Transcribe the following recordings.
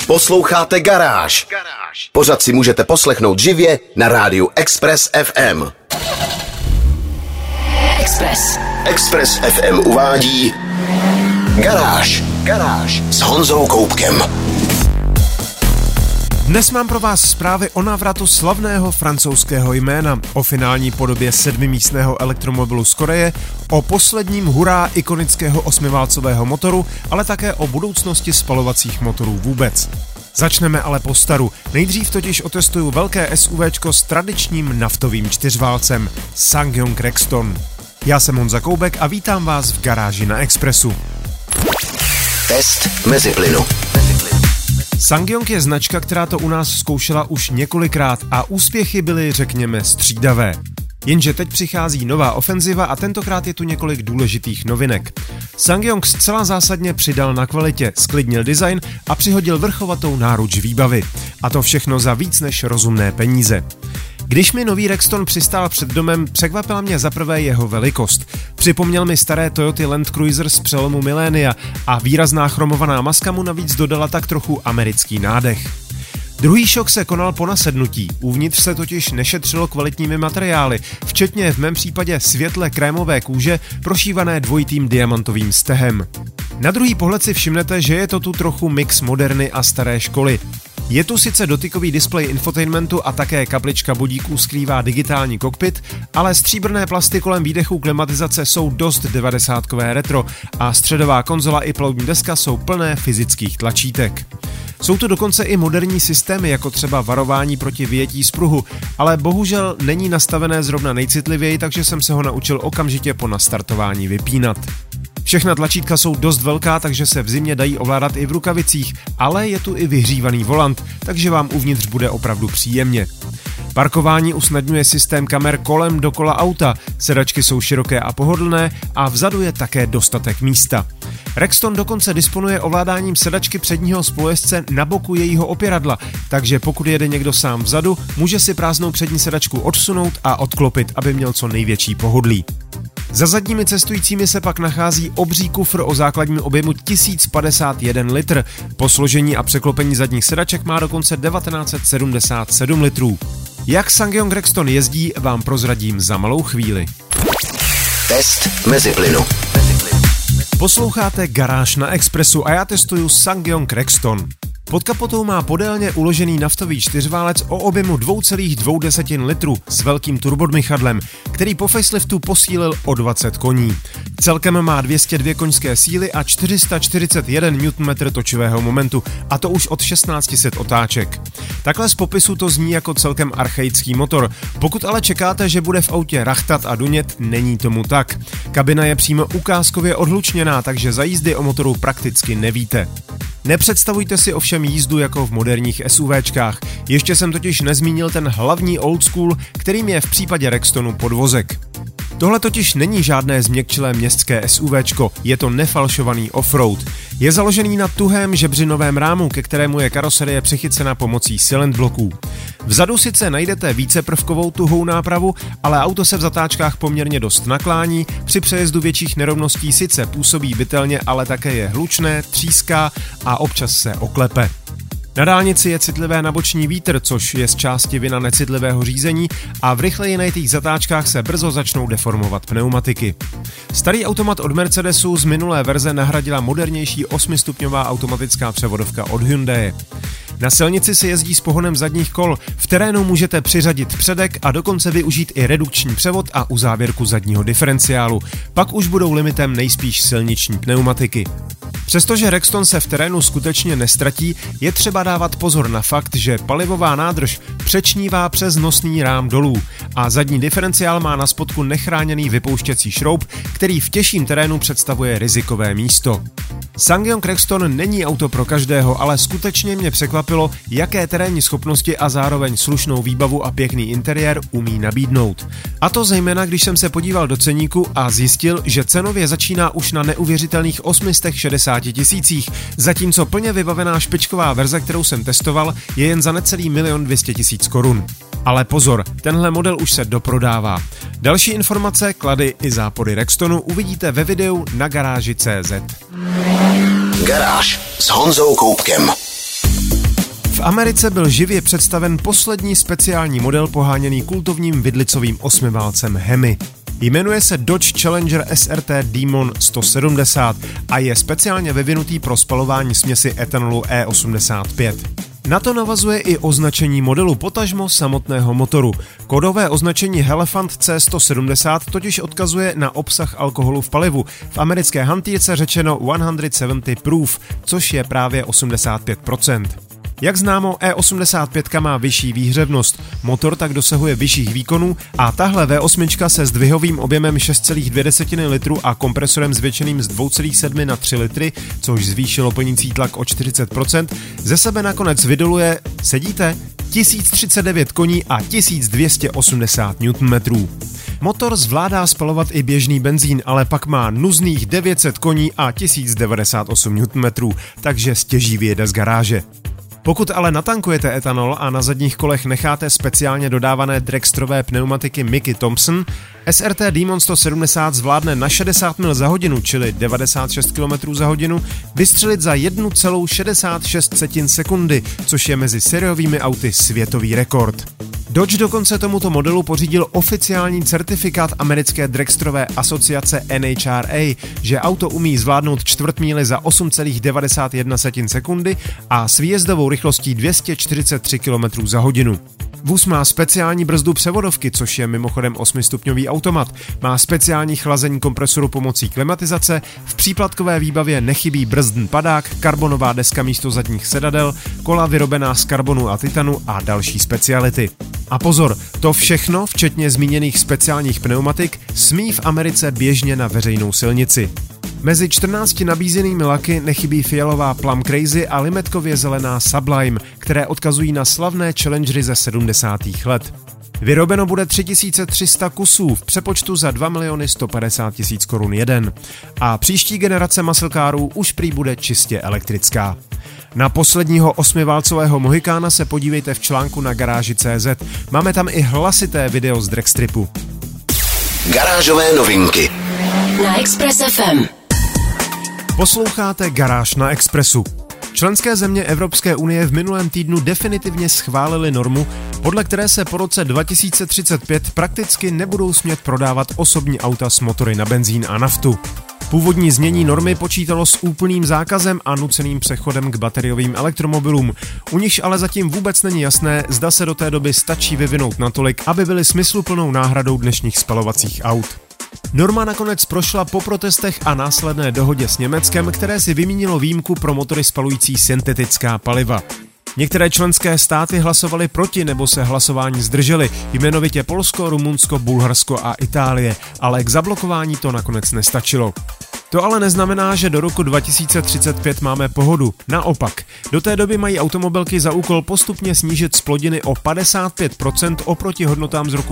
Posloucháte Garáž. Pořad si můžete poslechnout živě na rádiu Express FM. Express FM uvádí Garáž s Honzou Koubkem. Dnes mám pro vás zprávy o návratu slavného francouzského jména, o finální podobě 7místného elektromobilu z Koreje, o posledním hurá ikonického 8válcového motoru, ale také o budoucnosti spalovacích motorů vůbec. Začneme ale po staru. Nejdřív totiž otestuju velké SUVčko s tradičním naftovým čtyřválcem SsangYong Rexton. Já jsem Honza Koubek a vítám vás v Garáži na Expressu. Test meziplynu. SsangYong je značka, která to u nás zkoušela už několikrát a úspěchy byly, řekněme, střídavé. Jenže teď přichází nová ofenziva a tentokrát je tu několik důležitých novinek. SsangYong zcela zásadně přidal na kvalitě, sklidnil design a přihodil vrchovatou náruč výbavy. A to všechno za víc než rozumné peníze. Když mi nový Rexton přistál před domem, překvapila mě zaprvé jeho velikost. Připomněl mi staré Toyoty Land Cruiser z přelomu milénia a výrazná chromovaná maska mu navíc dodala tak trochu americký nádech. Druhý šok se konal po nasednutí. Uvnitř se totiž nešetřilo kvalitními materiály, včetně v mém případě světle krémové kůže prošívané dvojitým diamantovým stehem. Na druhý pohled si všimnete, že je to tu trochu mix moderny a staré školy. Je tu sice dotykový displej infotainmentu a také kaplička bodíků skrývá digitální kokpit, ale stříbrné plasty kolem výdechu klimatizace jsou dost 90kové retro a středová konzola i palubní deska jsou plné fyzických tlačítek. Jsou tu dokonce i moderní systémy, jako třeba varování proti vyjetí z pruhu, ale bohužel není nastavené zrovna nejcitlivěji, takže jsem se ho naučil okamžitě po nastartování vypínat. Všechna tlačítka jsou dost velká, takže se v zimě dají ovládat i v rukavicích, ale je tu i vyhřívaný volant, takže vám uvnitř bude opravdu příjemně. Parkování usnadňuje systém kamer kolem dokola auta, sedačky jsou široké a pohodlné a vzadu je také dostatek místa. Rexton dokonce disponuje ovládáním sedačky předního spolujezdce na boku jejího opěradla, takže pokud jede někdo sám vzadu, může si prázdnou přední sedačku odsunout a odklopit, aby měl co největší pohodlí. Za zadními cestujícími se pak nachází obří kufr o základním objemu 1051 litr. Po složení a překlopení zadních sedaček má dokonce 1977 litrů. Jak SsangYong Rexton jezdí, vám prozradím za malou chvíli. Test meziplynu. Posloucháte Garáž na Expressu a já testuju SsangYong Rexton. Pod kapotou má podélně uložený naftový čtyřválec o objemu 2,2 litru s velkým turbodmychadlem, který po faceliftu posílil o 20 koní. Celkem má 202 koňské síly a 441 Nm točivého momentu, a to už od 1600 otáček. Takhle z popisu to zní jako celkem archaický motor. Pokud ale čekáte, že bude v autě rachtat a dunět, není tomu tak. Kabina je přímo ukázkově odhlučněná, takže za jízdy o motoru prakticky nevíte. Nepředstavujte si ovšem jízdu jako v moderních SUVčkách. Ještě jsem totiž nezmínil ten hlavní old school, kterým je v případě Rextonu podvozek. Tohle totiž není žádné změkčilé městské SUVčko, je to nefalšovaný offroad. Je založený na tuhém žebřinovém rámu, ke kterému je karoserie přichycena pomocí silent bloků. Vzadu sice najdete víceprvkovou tuhou nápravu, ale auto se v zatáčkách poměrně dost naklání, při přejezdu větších nerovností sice působí bytelně, ale také je hlučné, tříská a občas se oklepe. Na dálnici je citlivé na boční vítr, což je z části vina necitlivého řízení, a v rychleji najetých zatáčkách se brzo začnou deformovat pneumatiky. Starý automat od Mercedesu z minulé verze nahradila modernější 8stupňová automatická převodovka od Hyundai. Na silnici se jezdí s pohonem zadních kol, v terénu můžete přiřadit předek a dokonce využít i redukční převod a uzávěrku zadního diferenciálu. Pak už budou limitem nejspíš silniční pneumatiky. Přestože Rexton se v terénu skutečně nestratí, je třeba dávat pozor na fakt, že palivová nádrž přečnívá přes nosný rám dolů a zadní diferenciál má na spodku nechráněný vypouštěcí šroub, který v těžším terénu představuje rizikové místo. SsangYong Rexton není auto pro každého, ale skutečně mě překvapilo, jaké terénní schopnosti a zároveň slušnou výbavu a pěkný interiér umí nabídnout. A to zejména, když jsem se podíval do ceníku a zjistil, že cenově začíná už na neuvěřitelných 860 000, zatímco plně vybavená špičková verze, kterou jsem testoval, je jen za necelý 1 200 000 korun. Ale pozor, tenhle model už se doprodává. Další informace, klady i zápody Rextonu uvidíte ve videu na garáži.cz. Garáž s Honzou Koubkem. V Americe byl živě představen poslední speciální model poháněný kultovním vidlicovým osmiválcem Hemi. Jmenuje se Dodge Challenger SRT Demon 170 a je speciálně vyvinutý pro spalování směsi etanolu E85. Na to navazuje i označení modelu, potažmo samotného motoru. Kódové označení Helefant C170 totiž odkazuje na obsah alkoholu v palivu, v americké hantýrce řečeno 170 proof, což je právě 85%. Jak známo, E85 má vyšší výhřevnost, motor tak dosahuje vyšších výkonů a tahle V8 se zdvihovým objemem 6,2 litru a kompresorem zvětšeným z 2,7 na 3 litry, což zvýšilo plnící tlak o 40%, ze sebe nakonec vydoluje, sedíte, 1039 koní a 1280 Nm. Motor zvládá spalovat i běžný benzín, ale pak má nuzných 900 koní a 1098 Nm, takže stěží vyjede z garáže. Pokud ale natankujete etanol a na zadních kolech necháte speciálně dodávané Dragsterové pneumatiky Mickey Thompson, SRT Demon 170 zvládne na 60 mil za hodinu, čili 96 km za hodinu, vystřelit za 1,66 sekundy, což je mezi sériovými auty světový rekord. Dodge dokonce tomuto modelu pořídil oficiální certifikát americké dragsterové asociace NHRA, že auto umí zvládnout čtvrt míli za 8,91 sekundy a s výjezdovou rychlostí 243 km za hodinu. Vůz má speciální brzdu převodovky, což je mimochodem 8stupňový automat, má speciální chlazení kompresoru pomocí klimatizace, v příplatkové výbavě nechybí brzdný padák, karbonová deska místo zadních sedadel, kola vyrobená z karbonu a titanu a další speciality. A pozor, to všechno, včetně zmíněných speciálních pneumatik, smí v Americe běžně na veřejnou silnici. Mezi 14 nabízenými laky nechybí fialová Plum Crazy a limetkově zelená Sublime, které odkazují na slavné Challengery ze 70. let. Vyrobeno bude 3300 kusů, v přepočtu za 2 150 000 korun jeden. A příští generace muscle carů už prý bude čistě elektrická. Na posledního osmiválcového Mohikána se podívejte v článku na garáži.cz. Máme tam i hlasité video z dragstripu. Garážové novinky na Express FM. Posloucháte Garáž na Expressu. Členské země Evropské unie v minulém týdnu definitivně schválily normu, podle které se po roce 2035 prakticky nebudou smět prodávat osobní auta s motory na benzín a naftu. Původní znění normy počítalo s úplným zákazem a nuceným přechodem k bateriovým elektromobilům, u nichž ale zatím vůbec není jasné, zda se do té doby stačí vyvinout natolik, aby byly smysluplnou náhradou dnešních spalovacích aut. Norma nakonec prošla po protestech a následné dohodě s Německem, které si vymínilo výjimku pro motory spalující syntetická paliva. Některé členské státy hlasovaly proti nebo se hlasování zdržely, jmenovitě Polsko, Rumunsko, Bulharsko a Itálie, ale k zablokování to nakonec nestačilo. To ale neznamená, že do roku 2035 máme pohodu. Naopak, do té doby mají automobilky za úkol postupně snížit zplodiny o 55% oproti hodnotám z roku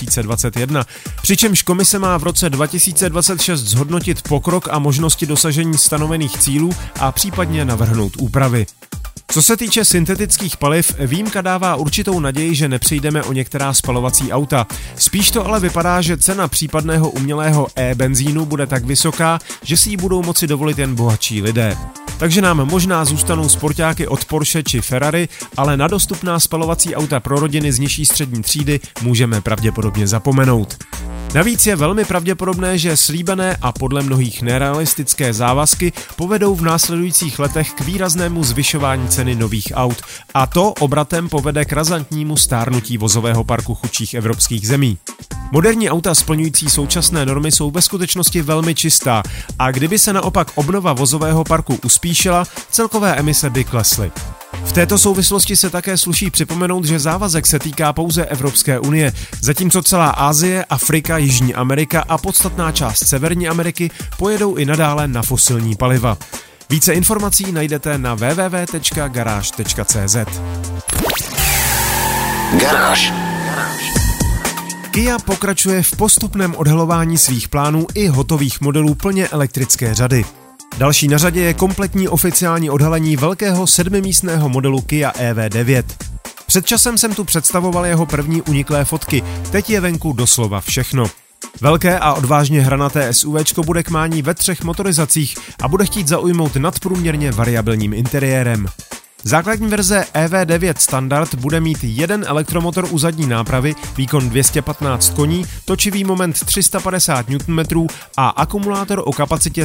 2021, přičemž komise má v roce 2026 zhodnotit pokrok a možnosti dosažení stanovených cílů a případně navrhnout úpravy. Co se týče syntetických paliv, výjimka dává určitou naději, že nepřijdeme o některá spalovací auta. Spíš to ale vypadá, že cena případného umělého e-benzínu bude tak vysoká, že si ji budou moci dovolit jen bohatší lidé. Takže nám možná zůstanou sportáky od Porsche či Ferrari, ale na dostupná spalovací auta pro rodiny z nižší střední třídy můžeme pravděpodobně zapomenout. Navíc je velmi pravděpodobné, že slíbené a podle mnohých nerealistické závazky povedou v následujících letech k výraznému zvyšování ceny nových aut. A to obratem povede k razantnímu stárnutí vozového parku chudších evropských zemí. Moderní auta splňující současné normy jsou ve skutečnosti velmi čistá a kdyby se naopak obnova vozového parku uspíšila, celkové emise by klesly. V této souvislosti se také sluší připomenout, že závazek se týká pouze Evropské unie, zatímco celá Asie, Afrika, Jižní Amerika a podstatná část Severní Ameriky pojedou i nadále na fosilní paliva. Více informací najdete na www.garage.cz. Garáž. Kia pokračuje v postupném odhalování svých plánů i hotových modelů plně elektrické řady. Další na řadě je kompletní oficiální odhalení velkého 7místného modelu Kia EV9. Před časem jsem tu představoval jeho první uniklé fotky, teď je venku doslova všechno. Velké a odvážně hranaté SUVčko bude k mání ve 3 motorizacích a bude chtít zaujmout nadprůměrně variabilním interiérem. Základní verze EV9 Standard bude mít jeden elektromotor u zadní nápravy, výkon 215 koní, točivý moment 350 Nm a akumulátor o kapacitě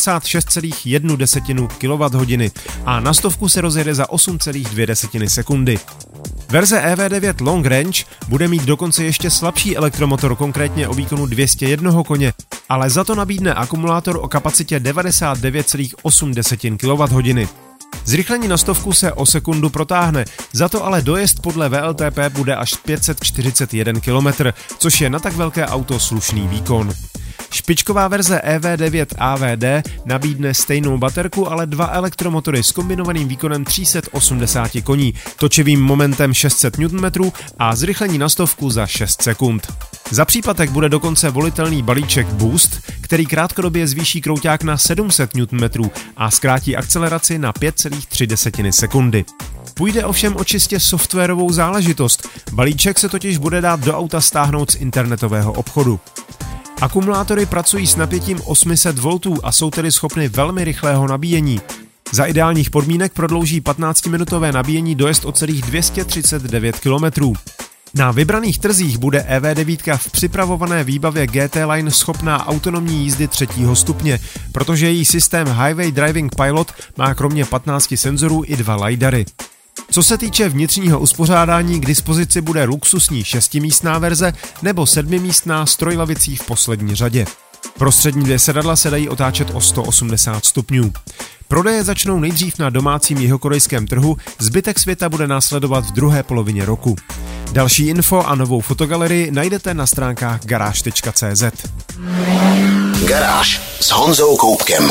76,1 kWh a na stovku se rozjede za 8,2 sekundy. Verze EV9 Long Range bude mít dokonce ještě slabší elektromotor, konkrétně o výkonu 201 koně, ale za to nabídne akumulátor o kapacitě 99,8 kWh. Zrychlení na stovku se o sekundu protáhne, za to ale dojezd podle VLTP bude až 541 km, což je na tak velké auto slušný výkon. Špičková verze EV9 AVD nabídne stejnou baterku, ale dva elektromotory s kombinovaným výkonem 380 koní, točivým momentem 600 Nm a zrychlení na stovku za 6 sekund. Za příplatek bude dokonce volitelný balíček Boost, který krátkodobě zvýší krouťák na 700 Nm a zkrátí akceleraci na 5,3 sekundy. Půjde ovšem o čistě softwarovou záležitost, balíček se totiž bude dát do auta stáhnout z internetového obchodu. Akumulátory pracují s napětím 800 V a jsou tedy schopny velmi rychlého nabíjení. Za ideálních podmínek prodlouží 15-minutové nabíjení dojezd o celých 239 km. Na vybraných trzích bude EV9 v připravované výbavě GT Line schopná autonomní jízdy 3. stupně, protože její systém Highway Driving Pilot má kromě 15 senzorů i 2 lidary. Co se týče vnitřního uspořádání, k dispozici bude luxusní 6místná verze nebo 7místná s trojlavicí v poslední řadě. Prostřední dvě sedadla se dají otáčet o 180 stupňů. Prodeje začnou nejdřív na domácím jihokorejském trhu, zbytek světa bude následovat v druhé polovině roku. Další info a novou fotogalerii najdete na stránkách garáž.cz. Garáž s Honzou Koupkem.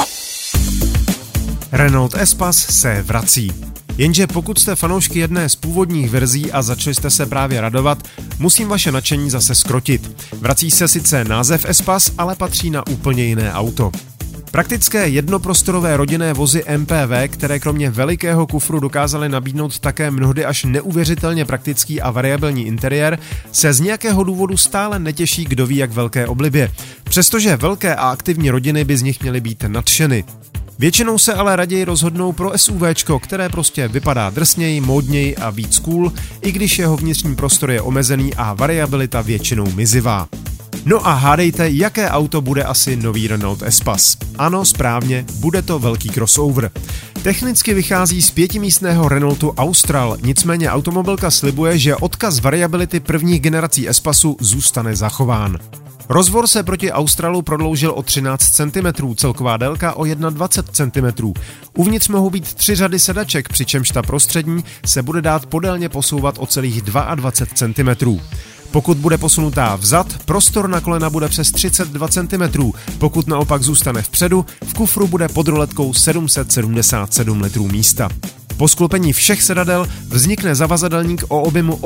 Renault Espace se vrací. Jenže pokud jste fanoušky jedné z původních verzí a začali jste se právě radovat, musím vaše nadšení zase zkrotit. Vrací se sice název Espace, ale patří na úplně jiné auto. Praktické jednoprostorové rodinné vozy MPV, které kromě velikého kufru dokázaly nabídnout také mnohdy až neuvěřitelně praktický a variabilní interiér, se z nějakého důvodu stále netěší kdo ví jak velké oblibě. Přestože velké a aktivní rodiny by z nich měly být nadšeny. Většinou se ale raději rozhodnou pro SUVčko, které prostě vypadá drsněji, módněji a víc cool, i když jeho vnitřní prostor je omezený a variabilita většinou mizivá. No a hádejte, jaké auto bude asi nový Renault Espace. Ano, správně, bude to velký crossover. Technicky vychází z 5místného Renaultu Austral, nicméně automobilka slibuje, že odkaz variability prvních generací Espaceu zůstane zachován. Rozvor se proti Australu prodloužil o 13 cm, celková délka o 21 cm. Uvnitř mohou být 3 řady sedaček, přičemž ta prostřední se bude dát podélně posouvat o celých 22 cm. Pokud bude posunutá vzad, prostor na kolena bude přes 32 cm, pokud naopak zůstane vpředu, v kufru bude pod roletkou 777 litrů místa. Po sklopení všech sedadel vznikne zavazadelník o objemu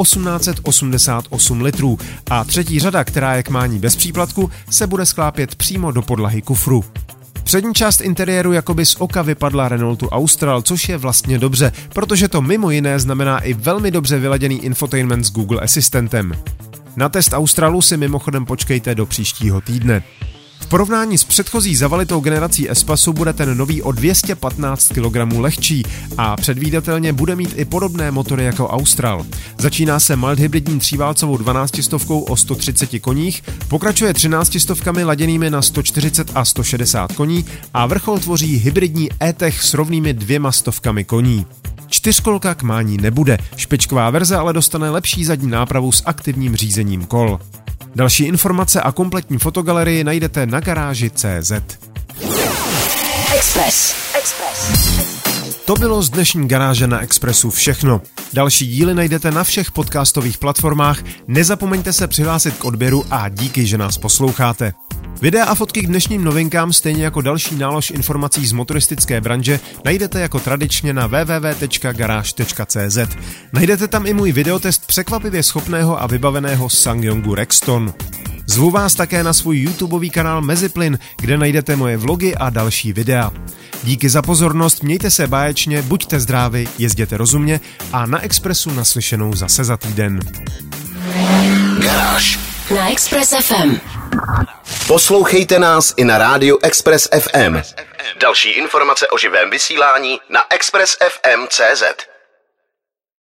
1888 litrů a třetí řada, která je k mání bez příplatku, se bude sklápět přímo do podlahy kufru. Přední část interiéru jakoby z oka vypadla Renaultu Austral, což je vlastně dobře, protože to mimo jiné znamená i velmi dobře vyladěný infotainment s Google Asistentem. Na test Australu si mimochodem počkejte do příštího týdne. V porovnání s předchozí zavalitou generací Espaceu bude ten nový o 215 kg lehčí a předvídatelně bude mít i podobné motory jako Austral. Začíná se mild hybridní tříválcovou 12 o 130 koních, pokračuje 13 laděnými na 140 a 160 koní a vrchol tvoří hybridní E-Tech s rovnými 200 koní. Čtyřkolka k mání nebude, špičková verze ale dostane lepší zadní nápravu s aktivním řízením kol. Další informace a kompletní fotogalerii najdete na garáži.cz. Express. To bylo z dnešní garáže na Expressu všechno. Další díly najdete na všech podcastových platformách, nezapomeňte se přihlásit k odběru a díky, že nás posloucháte. Videa a fotky k dnešním novinkám, stejně jako další nálož informací z motoristické branže, najdete jako tradičně na www.garage.cz. Najdete tam i můj videotest překvapivě schopného a vybaveného SsangYongu Rexton. Zvu vás také na svůj YouTubeový kanál Meziplyn, kde najdete moje vlogy a další videa. Díky za pozornost, mějte se báječně, buďte zdraví, jezděte rozumně a na Expressu naslyšenou zase za týden. Garáž Na Express FM. Poslouchejte nás i na rádiu Express FM. Další informace o živém vysílání na expressfm.cz.